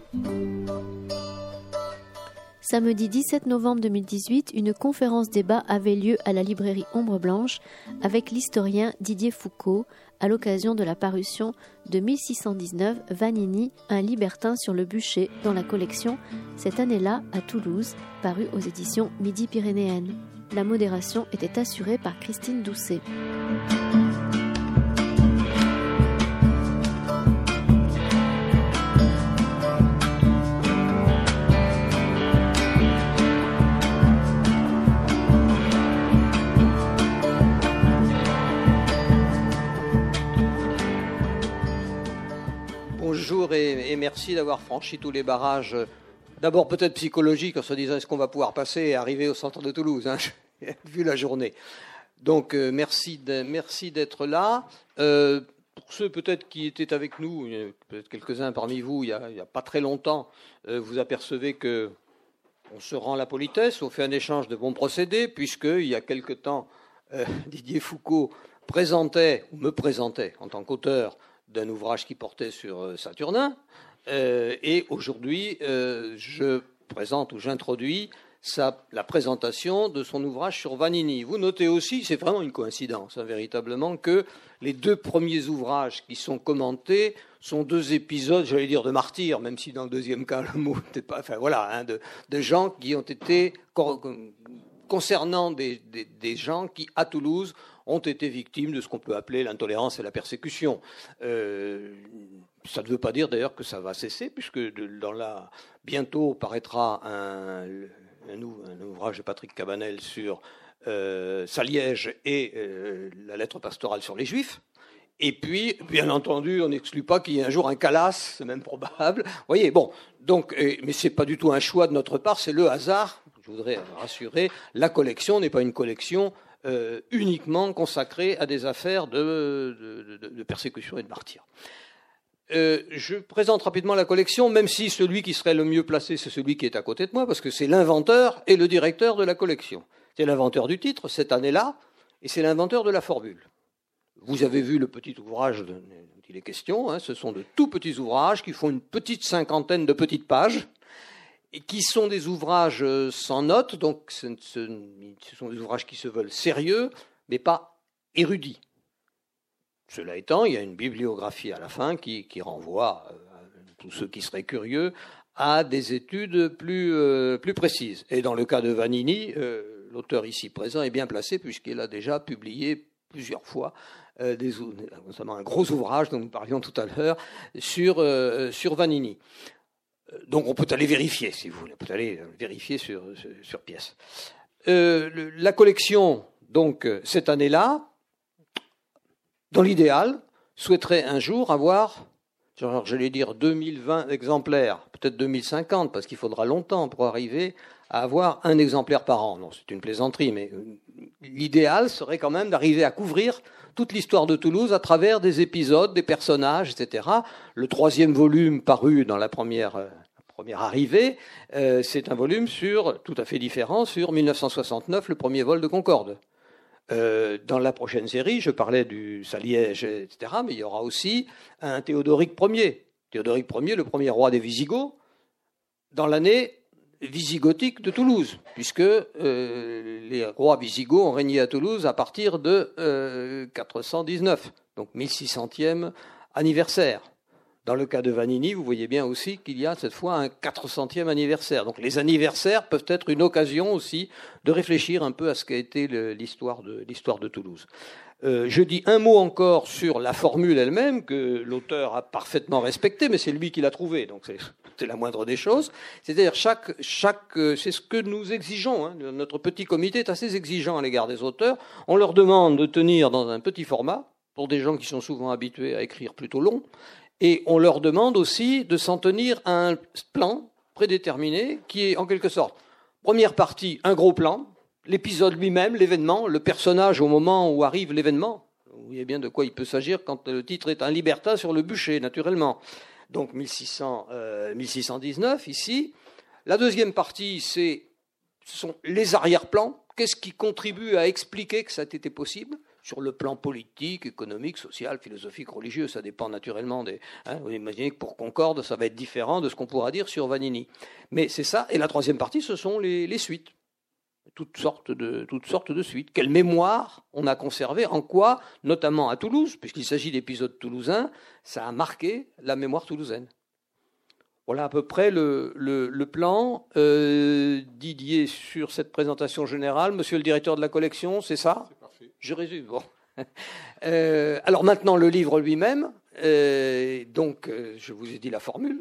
Samedi 17 novembre 2018, une conférence-débat avait lieu à la librairie Ombre Blanche avec l'historien Didier Foucault à l'occasion de la parution de 1619 Vanini, un libertin sur le bûcher dans la collection Cette année-là à Toulouse, paru aux éditions Midi-Pyrénéennes. La modération était assurée par Christine Doucet. Bonjour et merci d'avoir franchi tous les barrages, d'abord peut-être psychologiques, en se disant est-ce qu'on va pouvoir passer et arriver au centre de Toulouse, vu la journée. Donc merci d'être là. Pour ceux peut-être qui étaient avec nous, peut-être quelques-uns parmi vous, il y a pas très longtemps, vous apercevez que on se rend la politesse, on fait un échange de bons procédés, puisqu'il y a quelque temps, Didier Foucault me présentait en tant qu'auteur d'un ouvrage qui portait sur Saturnin, et aujourd'hui je présente ou j'introduis la présentation de son ouvrage sur Vanini. Vous notez aussi, c'est vraiment une coïncidence, véritablement, que les deux premiers ouvrages qui sont commentés sont deux épisodes, j'allais dire de martyrs, même si dans le deuxième cas le mot n'était pas, enfin voilà, de gens qui ont été concernant des gens qui à Toulouse ont été victimes de ce qu'on peut appeler l'intolérance et la persécution. Ça ne veut pas dire d'ailleurs que ça va cesser, puisque bientôt paraîtra un ouvrage de Patrick Cabanel sur Saliège et la lettre pastorale sur les Juifs. Et puis, bien entendu, on n'exclut pas qu'il y ait un jour un Calas, c'est même probable. Vous voyez, bon, donc, mais c'est pas du tout un choix de notre part, c'est le hasard. Je voudrais rassurer, la collection n'est pas une collection uniquement consacrée à des affaires de persécution et de martyrs. Je présente rapidement la collection, même si celui qui serait le mieux placé, c'est celui qui est à côté de moi, parce que c'est l'inventeur et le directeur de la collection. C'est l'inventeur du titre, cette année-là, et c'est l'inventeur de la formule. Vous avez vu le petit ouvrage dont il est question, ce sont de tout petits ouvrages qui font une petite cinquantaine de petites pages, et qui sont des ouvrages sans notes, donc ce sont des ouvrages qui se veulent sérieux, mais pas érudits. Cela étant, il y a une bibliographie à la fin qui renvoie à tous ceux qui seraient curieux à des études plus précises. Et dans le cas de Vanini, l'auteur ici présent est bien placé puisqu'il a déjà publié plusieurs fois notamment un gros ouvrage dont nous parlions tout à l'heure sur Vanini. Donc on peut aller vérifier, si vous voulez, on peut aller vérifier sur pièce. La collection, donc, cette année-là, dans l'idéal, souhaiterait un jour avoir, genre, j'allais dire 2020 exemplaires, peut-être 2050, parce qu'il faudra longtemps pour arriver à avoir un exemplaire par an. Non, c'est une plaisanterie, mais l'idéal serait quand même d'arriver à couvrir toute l'histoire de Toulouse à travers des épisodes, des personnages, etc. Le troisième volume paru dans la première arrivée, c'est un volume tout à fait différent sur 1969, le premier vol de Concorde. Dans la prochaine série, je parlais du Saliège, etc., mais il y aura aussi un Théodoric Ier. Théodoric Ier, le premier roi des Visigoths, dans l'année visigothique de Toulouse, puisque les rois visigoths ont régné à Toulouse à partir de 419, donc 1600e anniversaire. Dans le cas de Vanini, vous voyez bien aussi qu'il y a cette fois un 400e anniversaire. Donc les anniversaires peuvent être une occasion aussi de réfléchir un peu à ce qu'a été l'histoire de Toulouse. Je dis un mot encore sur la formule elle-même, que l'auteur a parfaitement respectée, mais c'est lui qui l'a trouvée, donc c'est la moindre des choses. C'est-à-dire c'est ce que nous exigeons. Notre petit comité est assez exigeant à l'égard des auteurs. On leur demande de tenir dans un petit format, pour des gens qui sont souvent habitués à écrire plutôt long, et on leur demande aussi de s'en tenir à un plan prédéterminé qui est en quelque sorte, première partie, un gros plan, l'épisode lui-même, l'événement, le personnage au moment où arrive l'événement. Vous voyez bien de quoi il peut s'agir quand le titre est un libertin sur le bûcher, naturellement. Donc 1619 ici. La deuxième partie, ce sont les arrière-plans. Qu'est-ce qui contribue à expliquer que ça a été possible ? sur le plan politique, économique, social, philosophique, religieux. Ça dépend naturellement des... vous imaginez que pour Concorde, ça va être différent de ce qu'on pourra dire sur Vanini. Mais c'est ça. Et la troisième partie, ce sont les suites. Toutes sortes de suites. Quelle mémoire on a conservé, en quoi, notamment à Toulouse, puisqu'il s'agit d'épisodes toulousains, ça a marqué la mémoire toulousaine. Voilà à peu près le plan. Didier, sur cette présentation générale, monsieur le directeur de la collection, c'est ça ? C'est parfait. Je résume. Bon. Alors maintenant, le livre lui-même. Donc, je vous ai dit la formule.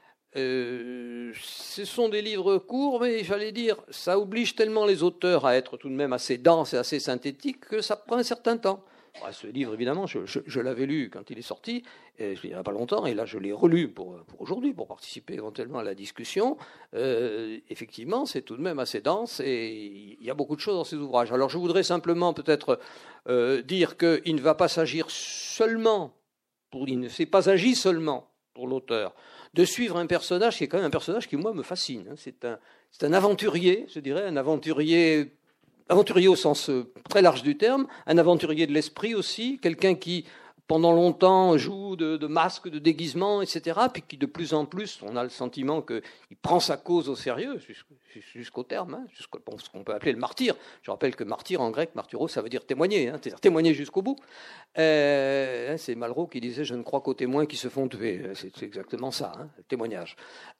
Ce sont des livres courts, mais j'allais dire, ça oblige tellement les auteurs à être tout de même assez denses et assez synthétiques que ça prend un certain temps. Ce livre, évidemment, je l'avais lu quand il est sorti, il n'y a pas longtemps, et là je l'ai relu pour aujourd'hui, pour participer éventuellement à la discussion. Effectivement, c'est tout de même assez dense, et il y a beaucoup de choses dans ces ouvrages. Alors je voudrais simplement peut-être dire qu'il ne va pas s'agir seulement, il ne s'est pas agi seulement pour l'auteur, de suivre un personnage qui est quand même un personnage qui, moi, me fascine. C'est un aventurier, je dirais, un aventurier au sens très large du terme, un aventurier de l'esprit aussi, quelqu'un qui, pendant longtemps, joue de masques, de déguisements, etc., puis qui, de plus en plus, on a le sentiment qu'il prend sa cause au sérieux, jusqu'au terme, jusqu'à ce qu'on peut appeler le martyr. Je rappelle que martyr, en grec, martyros, ça veut dire témoigner, c'est-à-dire témoigner jusqu'au bout. C'est Malraux qui disait « Je ne crois qu'aux témoins qui se font tuer ». C'est exactement ça, le témoignage.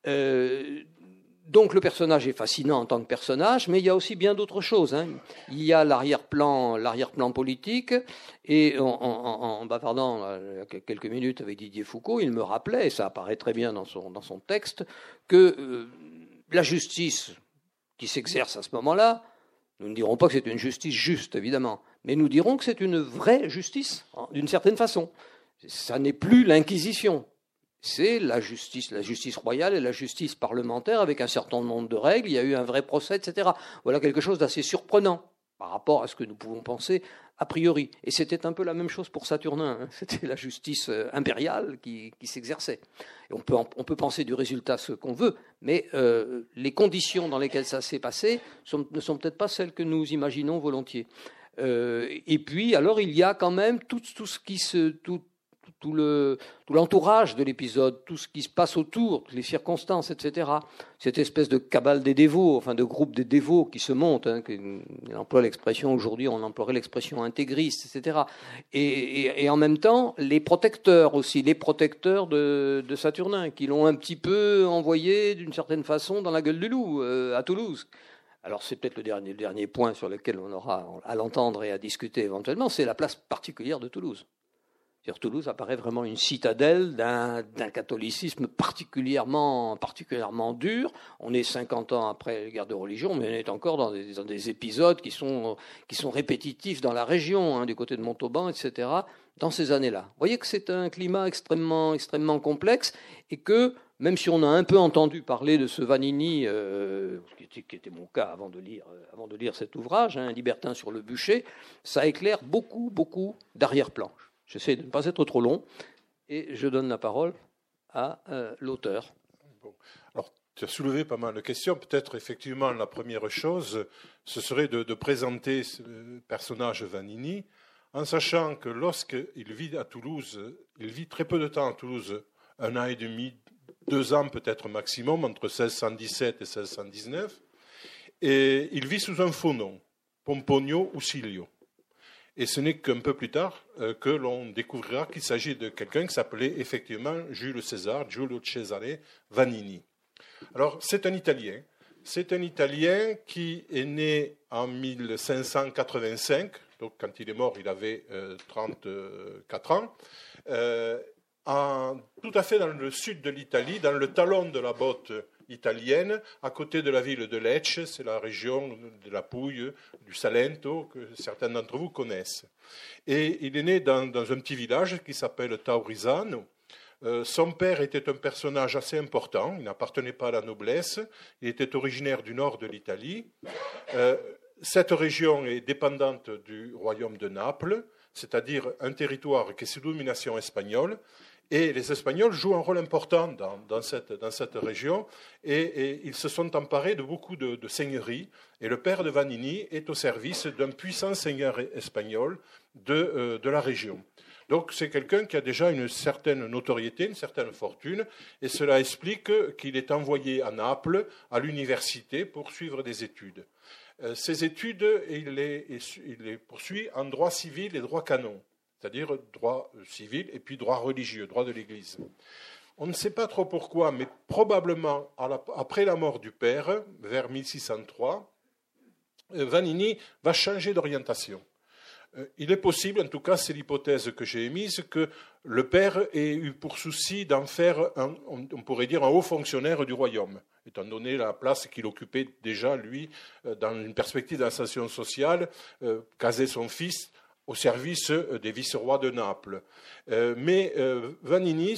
Donc le personnage est fascinant en tant que personnage, mais il y a aussi bien d'autres choses. Il y a l'arrière-plan politique, et en bavardant quelques minutes avec Didier Foucault, il me rappelait, et ça apparaît très bien dans son texte, que la justice qui s'exerce à ce moment-là, nous ne dirons pas que c'est une justice juste, évidemment, mais nous dirons que c'est une vraie justice, d'une certaine façon. Ça n'est plus l'Inquisition. C'est la justice royale et la justice parlementaire avec un certain nombre de règles. Il y a eu un vrai procès, etc. Voilà quelque chose d'assez surprenant par rapport à ce que nous pouvons penser a priori. Et c'était un peu la même chose pour Saturnin. C'était la justice impériale qui s'exerçait. Et on peut penser du résultat ce qu'on veut, mais les conditions dans lesquelles ça s'est passé ne sont peut-être pas celles que nous imaginons volontiers. Et puis, alors, il y a quand même tout ce qui tout l'entourage de l'épisode, tout ce qui se passe autour, les circonstances, etc. Cette espèce de cabale des dévots, enfin de groupe des dévots qui se monte, il emploie l'expression, aujourd'hui on emploierait l'expression intégriste, etc. Et en même temps, les protecteurs aussi, les protecteurs de Saturnin, qui l'ont un petit peu envoyé d'une certaine façon dans la gueule du loup, à Toulouse. Alors c'est peut-être le dernier point sur lequel on aura à l'entendre et à discuter éventuellement, c'est la place particulière de Toulouse. Toulouse apparaît vraiment une citadelle d'un catholicisme particulièrement dur. On est 50 ans après les guerres de religion, mais on est encore dans des épisodes qui sont répétitifs dans la région, du côté de Montauban, etc., dans ces années-là. Vous voyez que c'est un climat extrêmement, extrêmement complexe, et que, même si on a un peu entendu parler de ce Vanini, qui était mon cas avant de lire cet ouvrage, Un libertin sur le bûcher, ça éclaire beaucoup, beaucoup d'arrière-plan. J'essaie de ne pas être trop long et je donne la parole à l'auteur. Bon. Alors, tu as soulevé pas mal de questions. Peut-être, effectivement, la première chose, ce serait de présenter ce personnage Vanini, en sachant que lorsqu'il vit à Toulouse, il vit très peu de temps à Toulouse, 1 an et demi, 2 ans peut-être maximum, entre 1617 et 1619, et il vit sous un faux nom, Pomponio Usilio. Et ce n'est qu'un peu plus tard que l'on découvrira qu'il s'agit de quelqu'un qui s'appelait effectivement Jules César, Giulio Cesare Vanini. Alors, c'est un Italien. C'est un Italien qui est né en 1585, donc quand il est mort, il avait 34 ans, tout à fait dans le sud de l'Italie, dans le talon de la botte italienne, à côté de la ville de Lecce, c'est la région de la Pouille, du Salento, que certains d'entre vous connaissent. Et il est né dans un petit village qui s'appelle Taurisano. Son père était un personnage assez important, il n'appartenait pas à la noblesse, il était originaire du nord de l'Italie. Cette région est dépendante du royaume de Naples, c'est-à-dire un territoire qui est sous domination espagnole, Et les Espagnols jouent un rôle important dans cette région, et ils se sont emparés de beaucoup de seigneuries, et le père de Vanini est au service d'un puissant seigneur espagnol de la région. Donc c'est quelqu'un qui a déjà une certaine notoriété, une certaine fortune, et cela explique qu'il est envoyé à Naples, à l'université, pour suivre des études. Ces études, il les poursuit en droit civil et droit canon, c'est-à-dire droit civil et puis droit religieux, droit de l'Église. On ne sait pas trop pourquoi, mais probablement après la mort du père, vers 1603, Vanini va changer d'orientation. Il est possible, en tout cas c'est l'hypothèse que j'ai émise, que le père ait eu pour souci d'en faire, on pourrait dire, un haut fonctionnaire du royaume, étant donné la place qu'il occupait déjà, lui, dans une perspective d'ascension sociale, caser son fils au service des vice-rois de Naples. Mais Vanini,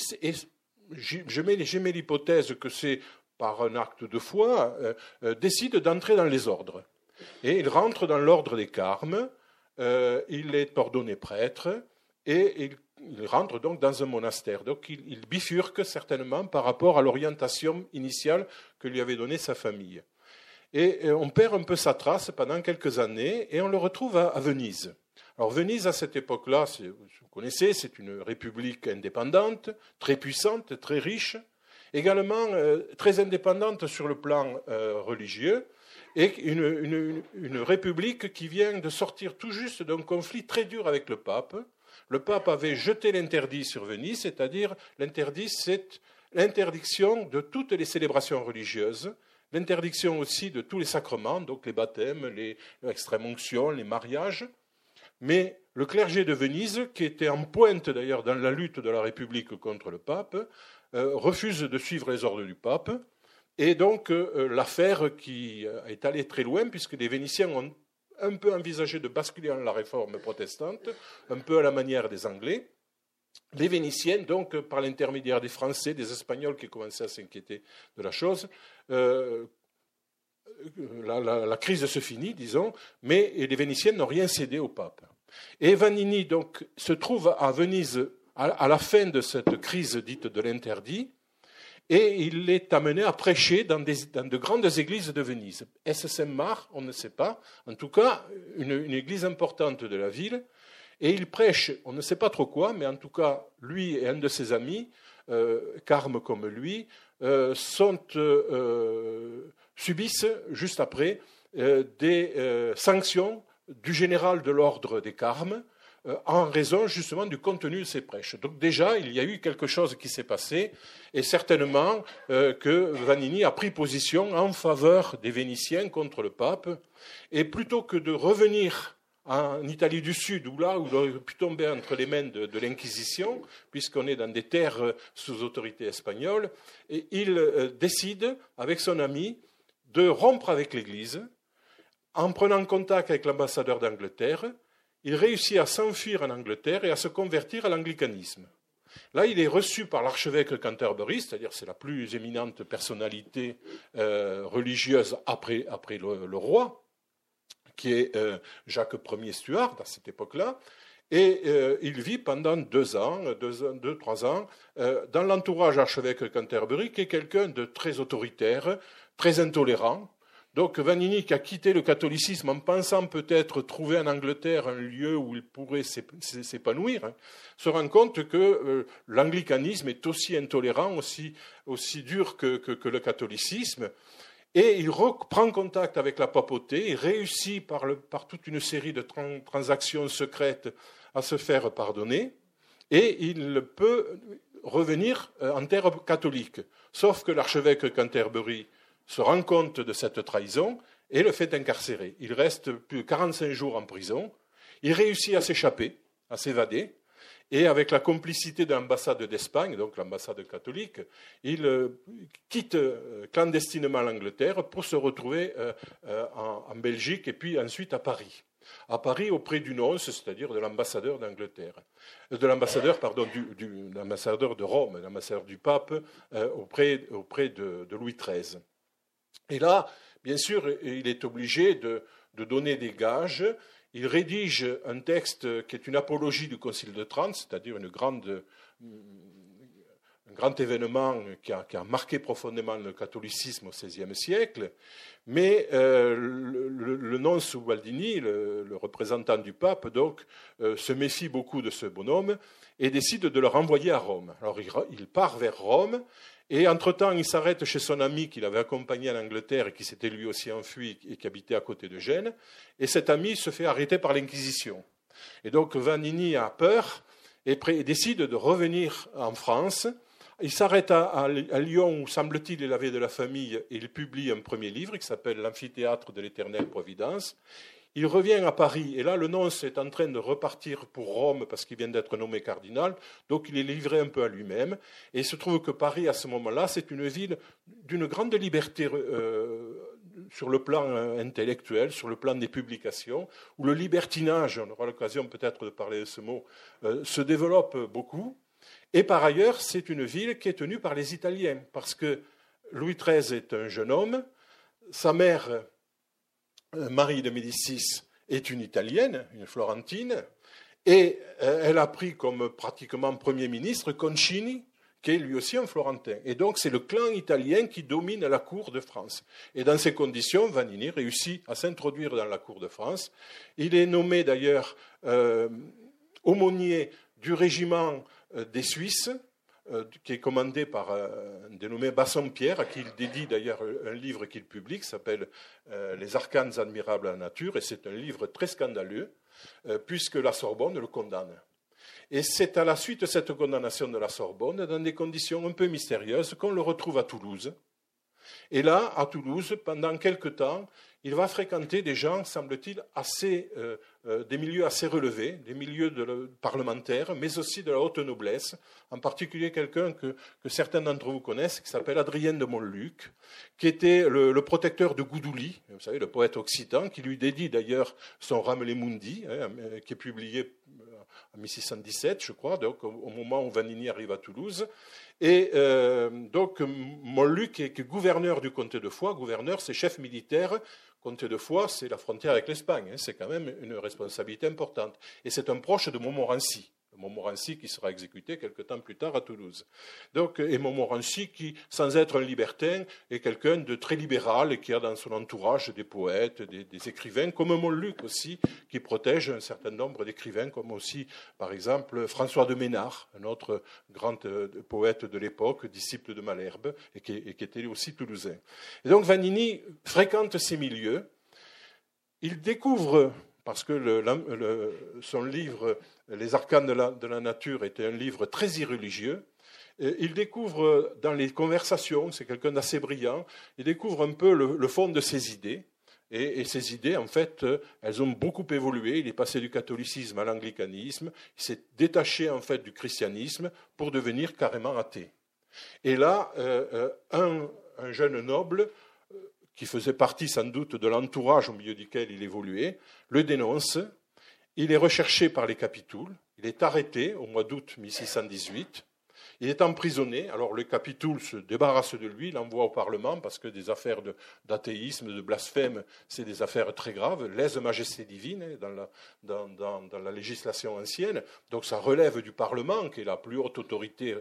j'émets l'hypothèse que c'est par un acte de foi, décide d'entrer dans les ordres. Et il rentre dans l'ordre des Carmes, il est ordonné prêtre, et il rentre donc dans un monastère. Donc il bifurque certainement par rapport à l'orientation initiale que lui avait donnée sa famille. Et on perd un peu sa trace pendant quelques années, et on le retrouve à Venise. Alors Venise, à cette époque-là, vous connaissez, c'est une république indépendante, très puissante, très riche, également très indépendante sur le plan religieux, et une république qui vient de sortir tout juste d'un conflit très dur avec le pape. Le pape avait jeté l'interdit sur Venise, c'est-à-dire l'interdit, c'est l'interdiction de toutes les célébrations religieuses, l'interdiction aussi de tous les sacrements, donc les baptêmes, l'extrême-onction, les mariages. Mais le clergé de Venise, qui était en pointe d'ailleurs dans la lutte de la République contre le pape, refuse de suivre les ordres du pape. Et donc l'affaire qui est allée très loin, puisque les Vénitiens ont un peu envisagé de basculer dans la réforme protestante, un peu à la manière des Anglais. Les Vénitiens, donc, par l'intermédiaire des Français, des Espagnols qui commençaient à s'inquiéter de la chose, la crise se finit, disons, mais les Vénitiens n'ont rien cédé au pape. Et Vanini, donc, se trouve à Venise à la fin de cette crise dite de l'interdit, et il est amené à prêcher dans de grandes églises de Venise. Est-ce Saint-Marc? On ne sait pas. En tout cas, une église importante de la ville. Et il prêche, on ne sait pas trop quoi, mais en tout cas, lui et un de ses amis, Carme comme lui, subissent juste après des sanctions du général de l'ordre des Carmes, en raison justement du contenu de ses prêches. Donc déjà, il y a eu quelque chose qui s'est passé, et certainement que Vanini a pris position en faveur des Vénitiens contre le pape, et plutôt que de revenir en Italie du Sud, où là, où il aurait pu tomber entre les mains de l'Inquisition, puisqu'on est dans des terres sous autorité espagnole, et il décide, avec son ami, de rompre avec l'Église, en prenant contact avec l'ambassadeur d'Angleterre. Il réussit à s'enfuir en Angleterre et à se convertir à l'anglicanisme. Là, il est reçu par l'archevêque de Canterbury, c'est-à-dire c'est la plus éminente personnalité religieuse après le roi, qui est Jacques Ier Stuart à cette époque-là, et il vit pendant 2-3 ans, dans l'entourage archevêque de Canterbury, qui est quelqu'un de très autoritaire, très intolérant. Donc Vanini, qui a quitté le catholicisme en pensant peut-être trouver en Angleterre un lieu où il pourrait s'épanouir, se rend compte que l'anglicanisme est aussi intolérant, aussi dur que le catholicisme. Et il reprend contact avec la papauté, il réussit par toute une série de transactions secrètes à se faire pardonner, et il peut revenir en terre catholique. Sauf que l'archevêque de Canterbury se rend compte de cette trahison et le fait incarcérer. Il reste plus de 45 jours en prison, il réussit à s'échapper, à s'évader, et avec la complicité de l'ambassade d'Espagne, donc l'ambassade catholique, il quitte clandestinement l'Angleterre pour se retrouver en Belgique et puis ensuite à Paris. À Paris, auprès du nonce, c'est-à-dire de l'ambassadeur d'Angleterre, de l'ambassadeur de Rome, l'ambassadeur du pape, auprès de Louis XIII. Et là, bien sûr, il est obligé de donner des gages. Il rédige un texte qui est une apologie du Concile de Trente, c'est-à-dire une grande grand événement qui a marqué profondément le catholicisme au XVIe siècle, mais le nonce Ubaldini, le représentant du pape, donc, se méfie beaucoup de ce bonhomme et décide de le renvoyer à Rome. Alors il part vers Rome, et entre-temps il s'arrête chez son ami qu'il avait accompagné en Angleterre et qui s'était lui aussi enfui et qui habitait à côté de Gênes, et cet ami se fait arrêter par l'Inquisition. Et donc Vanini a peur et décide de revenir en France. Il s'arrête à Lyon où, semble-t-il, il avait de la famille et il publie un premier livre qui s'appelle L'amphithéâtre de l'éternelle providence. Il revient à Paris et là, le nonce est en train de repartir pour Rome parce qu'il vient d'être nommé cardinal, donc il est livré un peu à lui-même. Et il se trouve que Paris, à ce moment-là, c'est une ville d'une grande liberté sur le plan intellectuel, sur le plan des publications, où le libertinage, on aura l'occasion peut-être de parler de ce mot, se développe beaucoup. Et par ailleurs, c'est une ville qui est tenue par les Italiens, parce que Louis XIII est un jeune homme, sa mère, Marie de Médicis, est une Italienne, une Florentine, et elle a pris comme pratiquement Premier ministre Concini, qui est lui aussi un Florentin. Et donc c'est le clan italien qui domine la cour de France. Et dans ces conditions, Vanini réussit à s'introduire dans la cour de France. Il est nommé d'ailleurs aumônier du régiment des Suisses, qui est commandé par un dénommé Bassompierre, à qui il dédie d'ailleurs un livre qu'il publie, qui s'appelle Les arcanes admirables à la nature, et c'est un livre très scandaleux, puisque la Sorbonne le condamne. Et c'est à la suite de cette condamnation de la Sorbonne, dans des conditions un peu mystérieuses, qu'on le retrouve à Toulouse. Et là, à Toulouse, pendant quelque temps, il va fréquenter des gens, semble-t-il, des milieux assez relevés, des milieux parlementaires, mais aussi de la haute noblesse, en particulier quelqu'un que certains d'entre vous connaissent, qui s'appelle Adrien de Montluc, qui était le protecteur de Goudouli, vous savez, le poète occitan, qui lui dédie d'ailleurs son Ramele Mundi, qui est publié en 1617, je crois, donc au moment où Vanini arrive à Toulouse. Et donc Montluc est gouverneur du comté de Foix. Gouverneur, c'est chef militaire. Comté de Foix, c'est la frontière avec l'Espagne. C'est quand même une responsabilité importante. Et c'est un proche de Montmorency. Montmorency qui sera exécuté quelque temps plus tard à Toulouse. Donc, et Montmorency qui, sans être un libertin, est quelqu'un de très libéral et qui a dans son entourage des poètes, des écrivains, comme Montluc aussi, qui protège un certain nombre d'écrivains, comme aussi, par exemple, François de Ménard, un autre grand poète de l'époque, disciple de Malherbe, et qui était aussi toulousain. Et donc Vanini fréquente ces milieux. Il découvre, parce que son livre Les arcanes de la nature était un livre très irreligieux, il découvre dans les conversations, c'est quelqu'un d'assez brillant, il découvre un peu le fond de ses idées, et ces idées, en fait, elles ont beaucoup évolué. Il est passé du catholicisme à l'anglicanisme, il s'est détaché, en fait, du christianisme pour devenir carrément athée. Et là, un jeune noble, qui faisait partie sans doute de l'entourage au milieu duquel il évoluait, le dénonce. Il est recherché par les Capitouls, il est arrêté au mois d'août 1618, il est emprisonné. Alors les Capitouls se débarrassent de lui, l'envoient au Parlement parce que des affaires d'athéisme, de blasphème, c'est des affaires très graves, lèse-majesté divine dans la législation ancienne. Donc ça relève du Parlement, qui est la plus haute autorité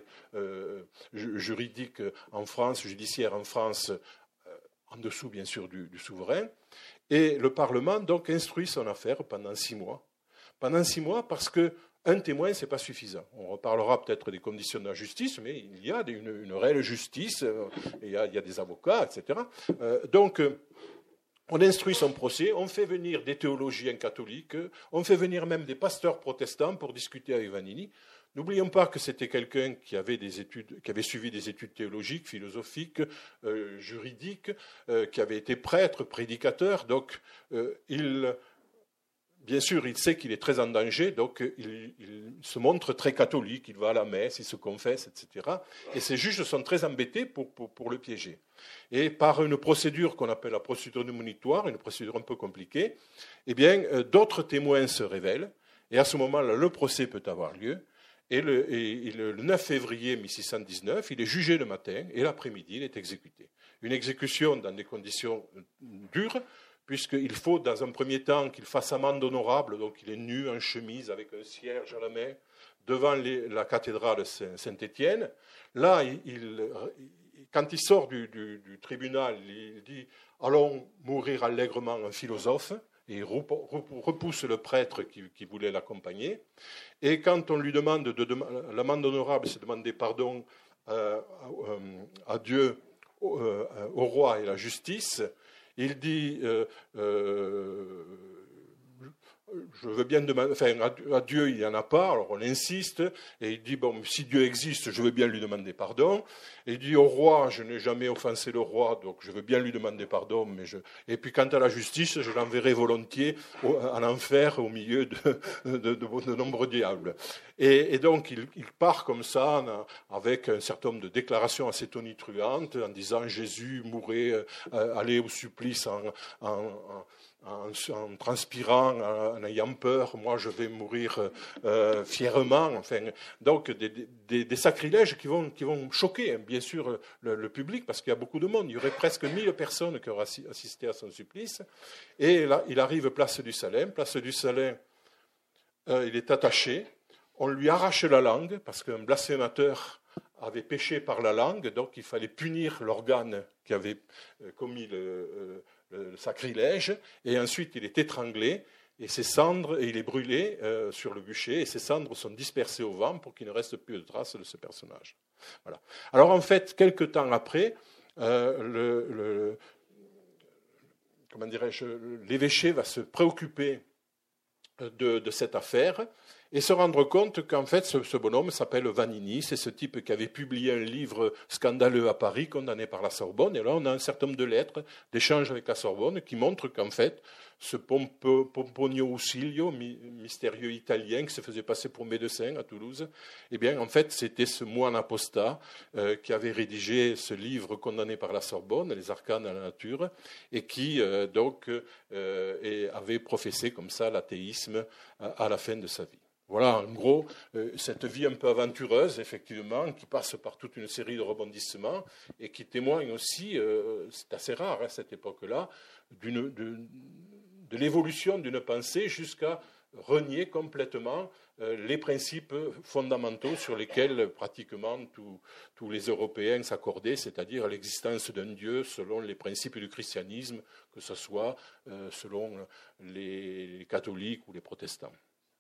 juridique en France, judiciaire en France, en dessous bien sûr du souverain. Et le Parlement donc instruit son affaire pendant 6 mois. Pendant 6 mois, parce qu'un témoin, ce n'est pas suffisant. On reparlera peut-être des conditions de la justice, mais il y a une réelle justice, il y a des avocats, etc. Donc, on instruit son procès, on fait venir des théologiens catholiques, on fait venir même des pasteurs protestants pour discuter avec Vanini. N'oublions pas que c'était quelqu'un qui avait suivi des études théologiques, philosophiques, juridiques, qui avait été prêtre, prédicateur, donc bien sûr, il sait qu'il est très en danger, donc il se montre très catholique, il va à la messe, il se confesse, etc. Et ces juges sont très embêtés pour le piéger. Et par une procédure qu'on appelle la procédure de monitoire, une procédure un peu compliquée, eh bien, d'autres témoins se révèlent, et à ce moment-là, le procès peut avoir lieu. Et le 9 février 1619, il est jugé le matin, et l'après-midi, il est exécuté. Une exécution dans des conditions dures, puisqu'il faut, dans un premier temps, qu'il fasse amende honorable, donc il est nu, en chemise, avec un cierge à la main, devant la cathédrale Saint-Étienne. Là, quand il sort du tribunal, il dit « Allons mourir allègrement un philosophe ». Et il repousse le prêtre qui voulait l'accompagner. Et quand on lui demande l'amende honorable, c'est demander pardon à Dieu, au roi et à la justice, il dit je veux bien demander, enfin, à Dieu il n'y en a pas, alors on insiste, et il dit bon, si Dieu existe, je veux bien lui demander pardon. Et il dit au roi, je n'ai jamais offensé le roi, donc je veux bien lui demander pardon, et puis quant à la justice, je l'enverrai volontiers en enfer au milieu de nombreux diables. Et donc il part comme ça, avec un certain nombre de déclarations assez tonitruantes, en disant Jésus mourait, allait au supplice en transpirant, en ayant peur, moi je vais mourir fièrement. Enfin, donc des sacrilèges qui vont choquer, bien sûr, le public, parce qu'il y a beaucoup de monde. Il y aurait presque 1000 personnes qui auraient assisté à son supplice. Et là, il arrive place du Salem. Place du Salem, il est attaché. On lui arrache la langue, parce qu'un blasphémateur avait péché par la langue, donc il fallait punir l'organe qui avait commis le sacrilège, et ensuite il est étranglé, et ses cendres, et il est brûlé sur le bûcher, et ses cendres sont dispersées au vent pour qu'il ne reste plus de traces de ce personnage. Voilà. Alors en fait, quelque temps après, l'évêché va se préoccuper de cette affaire, et se rendre compte qu'en fait, ce bonhomme s'appelle Vanini. C'est ce type qui avait publié un livre scandaleux à Paris, condamné par la Sorbonne. Et là, on a un certain nombre de lettres, d'échanges avec la Sorbonne, qui montrent qu'en fait, ce Pomponio Usilio, mystérieux italien, qui se faisait passer pour médecin à Toulouse, eh bien, en fait, c'était ce moine apostat qui avait rédigé ce livre condamné par la Sorbonne, Les Arcanes à la nature, et qui, avait professé comme ça l'athéisme à la fin de sa vie. Voilà, en gros, cette vie un peu aventureuse, effectivement, qui passe par toute une série de rebondissements et qui témoigne aussi, c'est assez rare à cette époque-là, de l'évolution d'une pensée jusqu'à renier complètement les principes fondamentaux sur lesquels pratiquement tous les Européens s'accordaient, c'est-à-dire l'existence d'un Dieu selon les principes du christianisme, que ce soit selon les catholiques ou les protestants.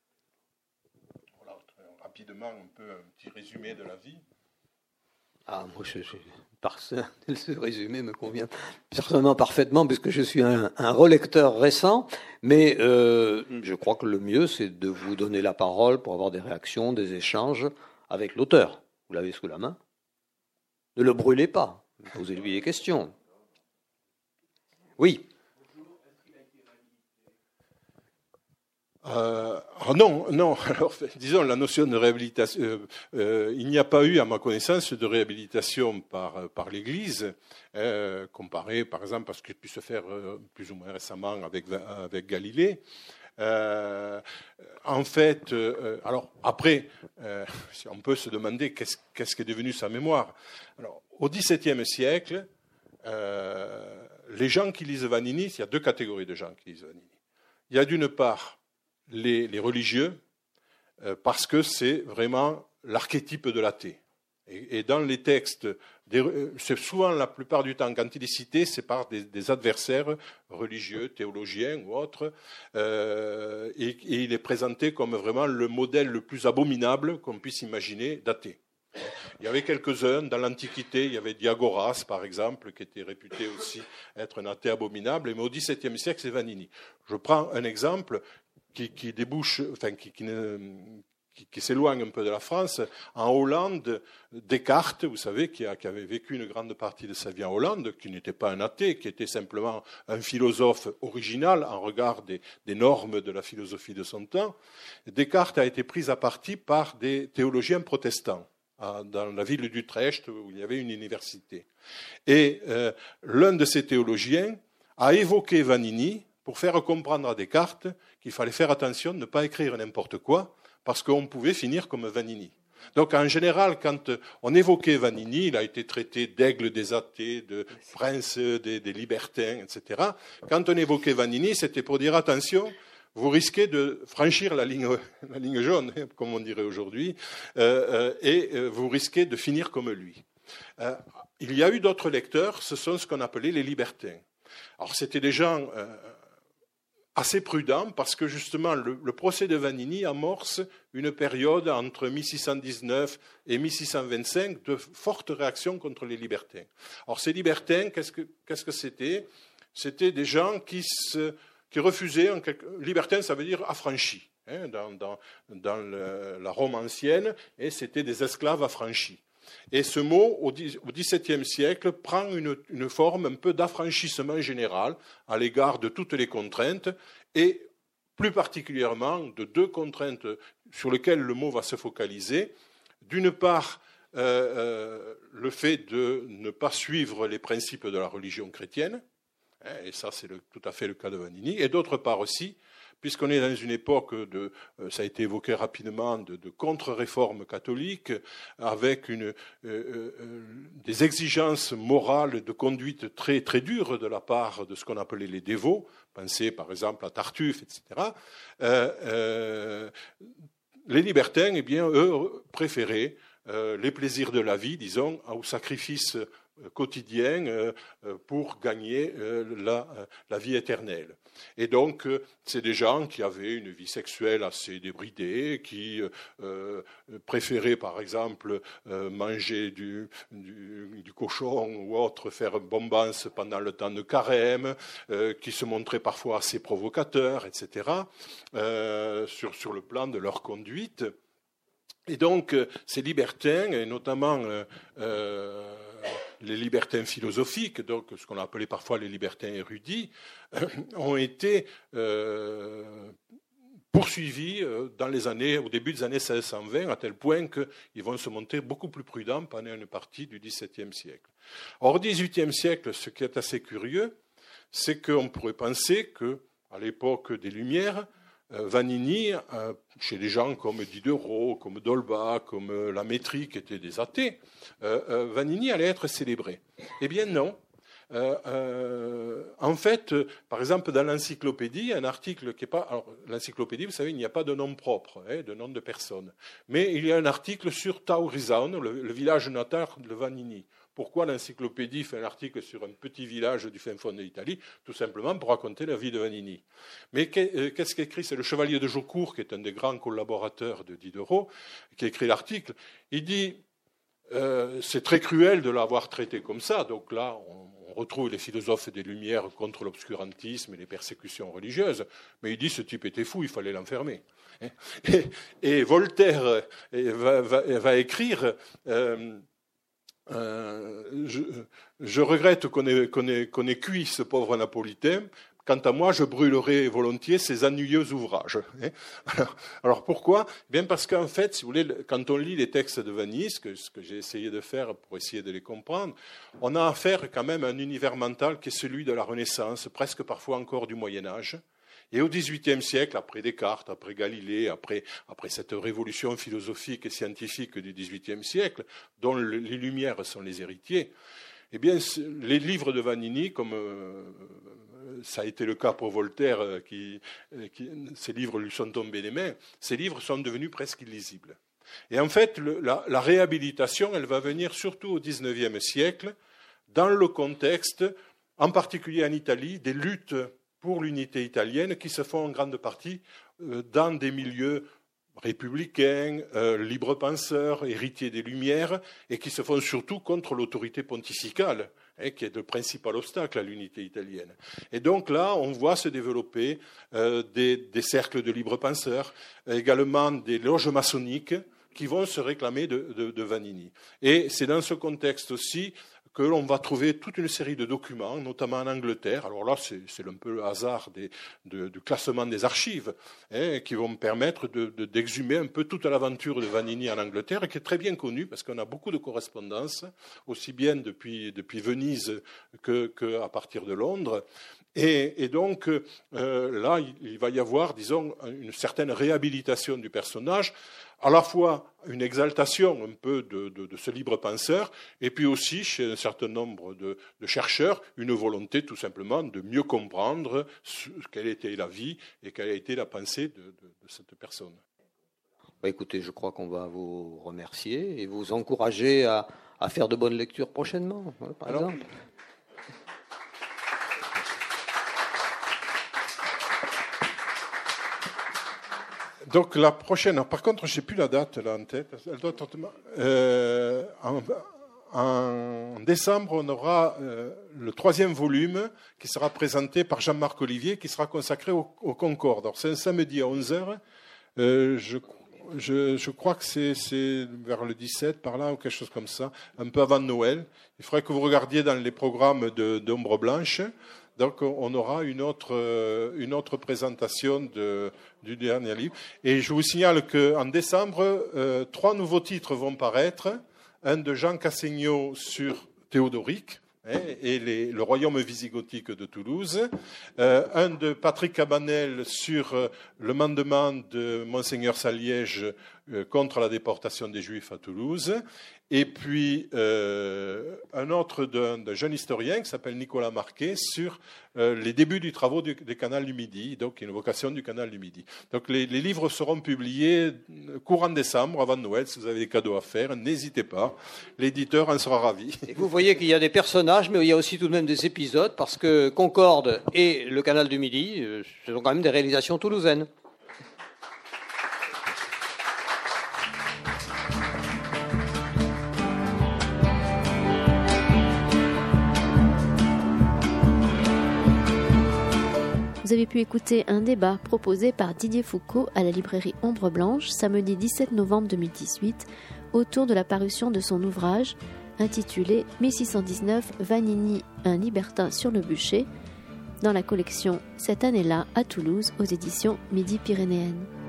Rapidement, un petit résumé de la vie. Ah, moi, ce résumé me convient certainement parfaitement, puisque je suis un relecteur récent, mais je crois que le mieux, c'est de vous donner la parole pour avoir des réactions, des échanges avec l'auteur. Vous l'avez sous la main. Ne le brûlez pas, posez-lui des questions. Oui. Non. Alors, disons, la notion de réhabilitation, il n'y a pas eu, à ma connaissance, de réhabilitation par l'Église, comparé, par exemple, à ce qui a pu se faire plus ou moins récemment avec Galilée. En fait, alors après, on peut se demander qu'est-ce qui est devenu sa mémoire. Alors, au XVIIe siècle, les gens qui lisent Vanini, il y a deux catégories de gens qui lisent Vanini. Il y a d'une part les religieux, parce que c'est vraiment l'archétype de l'athée. Et dans les textes, c'est souvent, la plupart du temps, quand il est cité, c'est par des adversaires religieux, théologiens ou autres, et il est présenté comme vraiment le modèle le plus abominable qu'on puisse imaginer d'athée. Il y avait quelques-uns, dans l'Antiquité, il y avait Diagoras, par exemple, qui était réputé aussi être un athée abominable, mais au XVIIe siècle, c'est Vanini. Je prends un exemple qui débouche, enfin, qui s'éloigne un peu de la France. En Hollande, Descartes, vous savez, qui avait vécu une grande partie de sa vie en Hollande, qui n'était pas un athée, qui était simplement un philosophe original en regard des normes de la philosophie de son temps. Descartes a été pris à partie par des théologiens protestants dans la ville d'Utrecht, où il y avait une université. Et l'un de ces théologiens a évoqué Vanini pour faire comprendre à Descartes qu'il fallait faire attention de ne pas écrire n'importe quoi, parce qu'on pouvait finir comme Vanini. Donc en général, quand on évoquait Vanini, il a été traité d'aigle des athées, de prince des libertins, etc. Quand on évoquait Vanini, c'était pour dire attention, vous risquez de franchir la ligne jaune, comme on dirait aujourd'hui, et vous risquez de finir comme lui. Il y a eu d'autres lecteurs, ce sont ce qu'on appelait les libertins. Alors c'était des gens assez prudents parce que justement le procès de Vanini amorce une période entre 1619 et 1625 de fortes réactions contre les libertins. Alors ces libertins, qu'est-ce que c'était ? C'était des gens qui refusaient, libertin ça veut dire affranchi, dans la Rome ancienne, et c'était des esclaves affranchis. Et ce mot, au XVIIe siècle, prend une forme un peu d'affranchissement général à l'égard de toutes les contraintes, et plus particulièrement de deux contraintes sur lesquelles le mot va se focaliser. D'une part, le fait de ne pas suivre les principes de la religion chrétienne, et ça c'est tout à fait le cas de Vanini, et d'autre part aussi, puisqu'on est dans une époque ça a été évoqué rapidement, de contre-réforme catholique, avec des exigences morales de conduite très, très dures de la part de ce qu'on appelait les dévots, pensez par exemple à Tartuffe, etc. Les libertins, eh bien, eux, préféraient les plaisirs de la vie, disons, au sacrifice quotidien pour gagner la vie éternelle. Et donc, c'est des gens qui avaient une vie sexuelle assez débridée, qui préféraient, par exemple, manger du cochon ou autre, faire bombance pendant le temps de carême, qui se montraient parfois assez provocateurs, etc., sur le plan de leur conduite. Et donc, ces libertins, et notamment les libertins philosophiques, donc ce qu'on appelait parfois les libertins érudits, ont été poursuivis au début des années 1620, à tel point qu'ils vont se montrer beaucoup plus prudents pendant une partie du XVIIe siècle. Or, au XVIIIe siècle, ce qui est assez curieux, c'est qu'on pourrait penser qu'à l'époque des Lumières, Vanini, chez des gens comme Diderot, comme D'Holbach, comme Lamétrie, qui étaient des athées, Vanini allait être célébré. Eh bien non. En fait, par exemple, dans l'encyclopédie, un article qui n'est pas... Alors, l'encyclopédie, vous savez, il n'y a pas de nom propre, de nom de personne. Mais il y a un article sur Taurizaun, le village natal de Vanini. Pourquoi l'encyclopédie fait un article sur un petit village du fin fond de l'Italie ? Tout simplement pour raconter la vie de Vanini. Mais qu'est-ce qu'écrit ? C'est le chevalier de Jaucourt, qui est un des grands collaborateurs de Diderot, qui écrit l'article. Il dit c'est très cruel de l'avoir traité comme ça. Donc là, on retrouve les philosophes des Lumières contre l'obscurantisme et les persécutions religieuses. Mais il dit ce type était fou, il fallait l'enfermer. Et Voltaire va écrire... je regrette qu'on ait cuit ce pauvre Napolitain. Quant à moi, je brûlerai volontiers ces ennuyeux ouvrages. Alors pourquoi ? Bien parce qu'en fait, si vous voulez, quand on lit les textes de Vanini, ce que j'ai essayé de faire pour essayer de les comprendre, on a affaire quand même à un univers mental qui est celui de la Renaissance, presque parfois encore du Moyen-Âge. Et au XVIIIe siècle, après Descartes, après Galilée, après cette révolution philosophique et scientifique du XVIIIe siècle, dont les Lumières sont les héritiers, eh bien, les livres de Vanini, comme ça a été le cas pour Voltaire, ces livres lui sont tombés des mains, ces livres sont devenus presque illisibles. Et en fait, la réhabilitation, elle va venir surtout au XIXe siècle, dans le contexte, en particulier en Italie, des luttes pour l'unité italienne qui se font en grande partie dans des milieux républicains, libres penseurs, héritiers des Lumières, et qui se font surtout contre l'autorité pontificale, qui est le principal obstacle à l'unité italienne. Et donc là, on voit se développer des cercles de libres penseurs, également des loges maçonniques qui vont se réclamer de Vanini. Et c'est dans ce contexte aussi que l'on va trouver toute une série de documents, notamment en Angleterre. Alors là, c'est un peu le hasard du classement des archives, qui vont me permettre d'exhumer un peu toute l'aventure de Vanini en Angleterre, qui est très bien connue, parce qu'on a beaucoup de correspondances, aussi bien depuis Venise qu'à partir de Londres. Et donc, là, il va y avoir, disons, une certaine réhabilitation du personnage. à la fois une exaltation un peu de ce libre penseur, et puis aussi chez un certain nombre de chercheurs, une volonté tout simplement de mieux comprendre quelle était la vie et quelle a été la pensée de cette personne. Écoutez, je crois qu'on va vous remercier et vous encourager à faire de bonnes lectures prochainement, par exemple. Donc la prochaine, par contre, je n'ai plus la date là en tête. Elle doit en décembre, on aura le 3e volume qui sera présenté par Jean-Marc Olivier, qui sera consacré au Concorde. Alors, c'est un samedi à 11h. Je crois que c'est vers le 17, par là, ou quelque chose comme ça, un peu avant Noël. Il faudrait que vous regardiez dans les programmes d'Ombre Blanche. Donc, on aura une autre présentation du dernier livre. Et je vous signale qu'en décembre, 3 nouveaux titres vont paraître. Un de Jean Cassigno sur Théodoric et le royaume visigothique de Toulouse. Un de Patrick Cabanel sur le mandement de Monseigneur Saliège contre la déportation des Juifs à Toulouse. Et puis un autre d'un jeune historien qui s'appelle Nicolas Marquet sur les débuts du travaux des canals du Midi, donc une vocation du canal du Midi. Donc les livres seront publiés courant décembre, avant Noël. Si vous avez des cadeaux à faire, n'hésitez pas. L'éditeur en sera ravi. Et vous voyez qu'il y a des personnages, mais il y a aussi tout de même des épisodes, parce que Concorde et le canal du Midi, ce sont quand même des réalisations toulousaines. Vous avez pu écouter un débat proposé par Didier Foucault à la librairie Ombre Blanche samedi 17 novembre 2018 autour de la parution de son ouvrage intitulé 1619 Vanini, un libertin sur le bûcher dans la collection Cette année-là à Toulouse aux éditions Midi-Pyrénéennes.